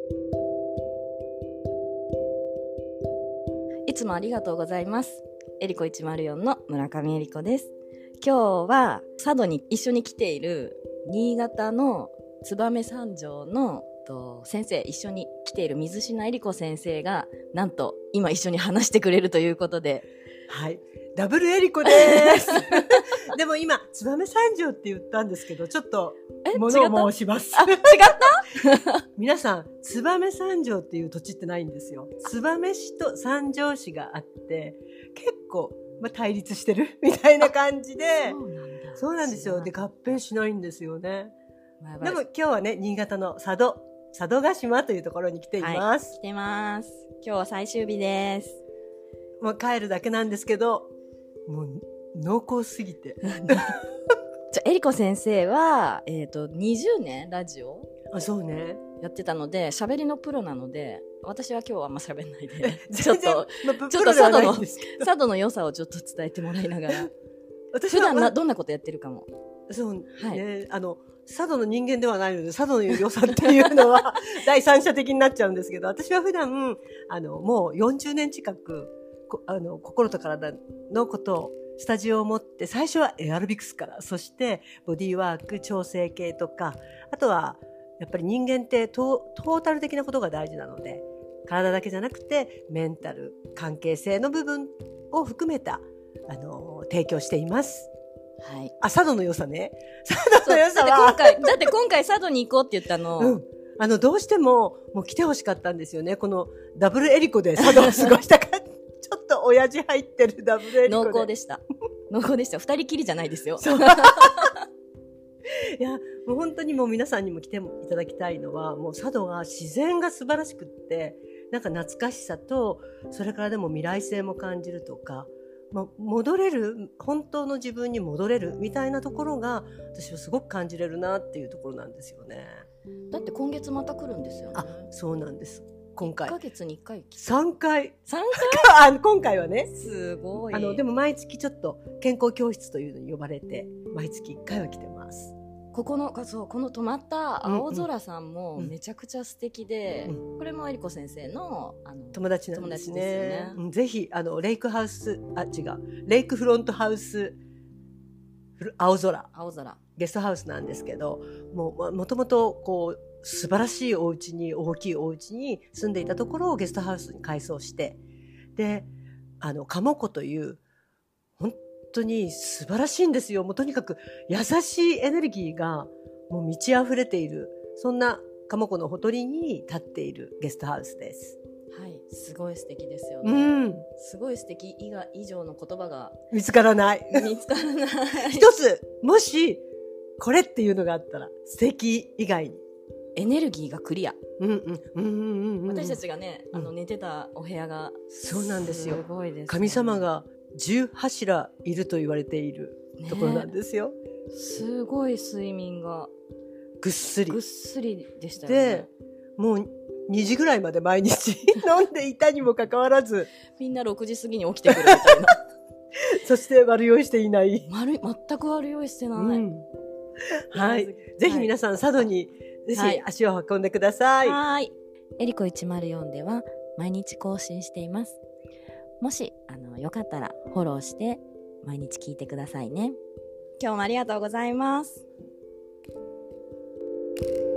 いつもありがとうございます。エリコ104の村上エリコです。今日は佐渡に一緒に来ている新潟の燕三条の先生、一緒に来ている水品エリコ先生がなんと今一緒に話してくれるということで、 はい、ダブルエリコですでも今燕三条って言ったんですけど、ちょっと物を申します。 違った皆さん、燕三条っていう土地ってないんですよ。燕市と三条市があって、結構、対立してるみたいな感じで、そうなんですよ。で、合併しないんですよね。でも今日はね、新潟の佐渡島というところに来ています。 はい、来てます。今日は最終日です。 帰るだけなんですけど、もう濃厚すぎて。 エリコ先生は、20年ラジオそうね。 やってたので、喋りのプロなので、私は今日はあんま喋んないで、 ちょっと佐渡の良さをちょっと伝えてもらいながら。 私は普段どんなことやってるかも。 そうね。はい、佐渡の人間ではないので、佐渡の良さっていうのは第三者的になっちゃうんですけど、私は普段、もう40年近く、心と体のことを、スタジオを持って、最初はエアロビクスから、そしてボディーワーク、調整系とか、あとは、やっぱり人間ってトータル的なことが大事なので、体だけじゃなくて、メンタル、関係性の部分を含めた、提供しています。 はい。 佐渡の良さね。佐渡の良さは。 だって今回佐渡に行こうって言ったの。 どうしてもう来てほしかったんですよね。このダブルエリコで佐渡を過ごしたから。ちょっと親父入ってるダブルエリコで。 濃厚でした。濃厚でした。二人きりじゃないですよ。 いや、もう本当にもう皆さんにも来ていただきたいのは、もう佐渡が自然が素晴らしくって、なんか懐かしさと、それからでも未来性も感じるとか、戻れる、本当の自分に戻れるみたいなところが、私はすごく感じれるなっていうところなんですよね。 だって今月また来るんですよね。 そうなんです。今回。 1ヶ月に1回来て。 3回。 3回今回はね。 すごい。 でも毎月ちょっと健康教室というのに呼ばれて、毎月1回は来てます。 この泊まった青空さんもめちゃくちゃ素敵で、これもエリコ先生の友達なんですね。ぜひレイクフロントハウス青空ゲストハウスなんですけど、もともとこう素晴らしい大きいお家に住んでいたところをゲストハウスに改装して、で鴨湖という本当に素晴らしいんですよ。もうとにかく優しいエネルギーがもう満ち溢れている、そんな鴨湖のほとりに立っているゲストハウスです。 はい、すごい素敵ですよね。すごい素敵以上の言葉が見つからない。一つ、もしこれっていうのがあったら、素敵以外にエネルギーがクリア。私たちがね、寝てたお部屋がそうなんですよ。 すごいですね。 神様が10柱いると言われているところなんですよ。 すごい睡眠がぐっすりでしたよね。 で、もう2時ぐらいまで毎日飲んでいたにもかかわらず、 みんな6時過ぎに起きてくるみたいな。 そして悪酔いしていない。 全く悪酔いしてない。 はい。ぜひ皆さん、佐渡にぜひ足を運んでください。 はい。エリコ104では毎日更新しています。もしよかったらフォローして毎日聞いてくださいね。今日もありがとうございます。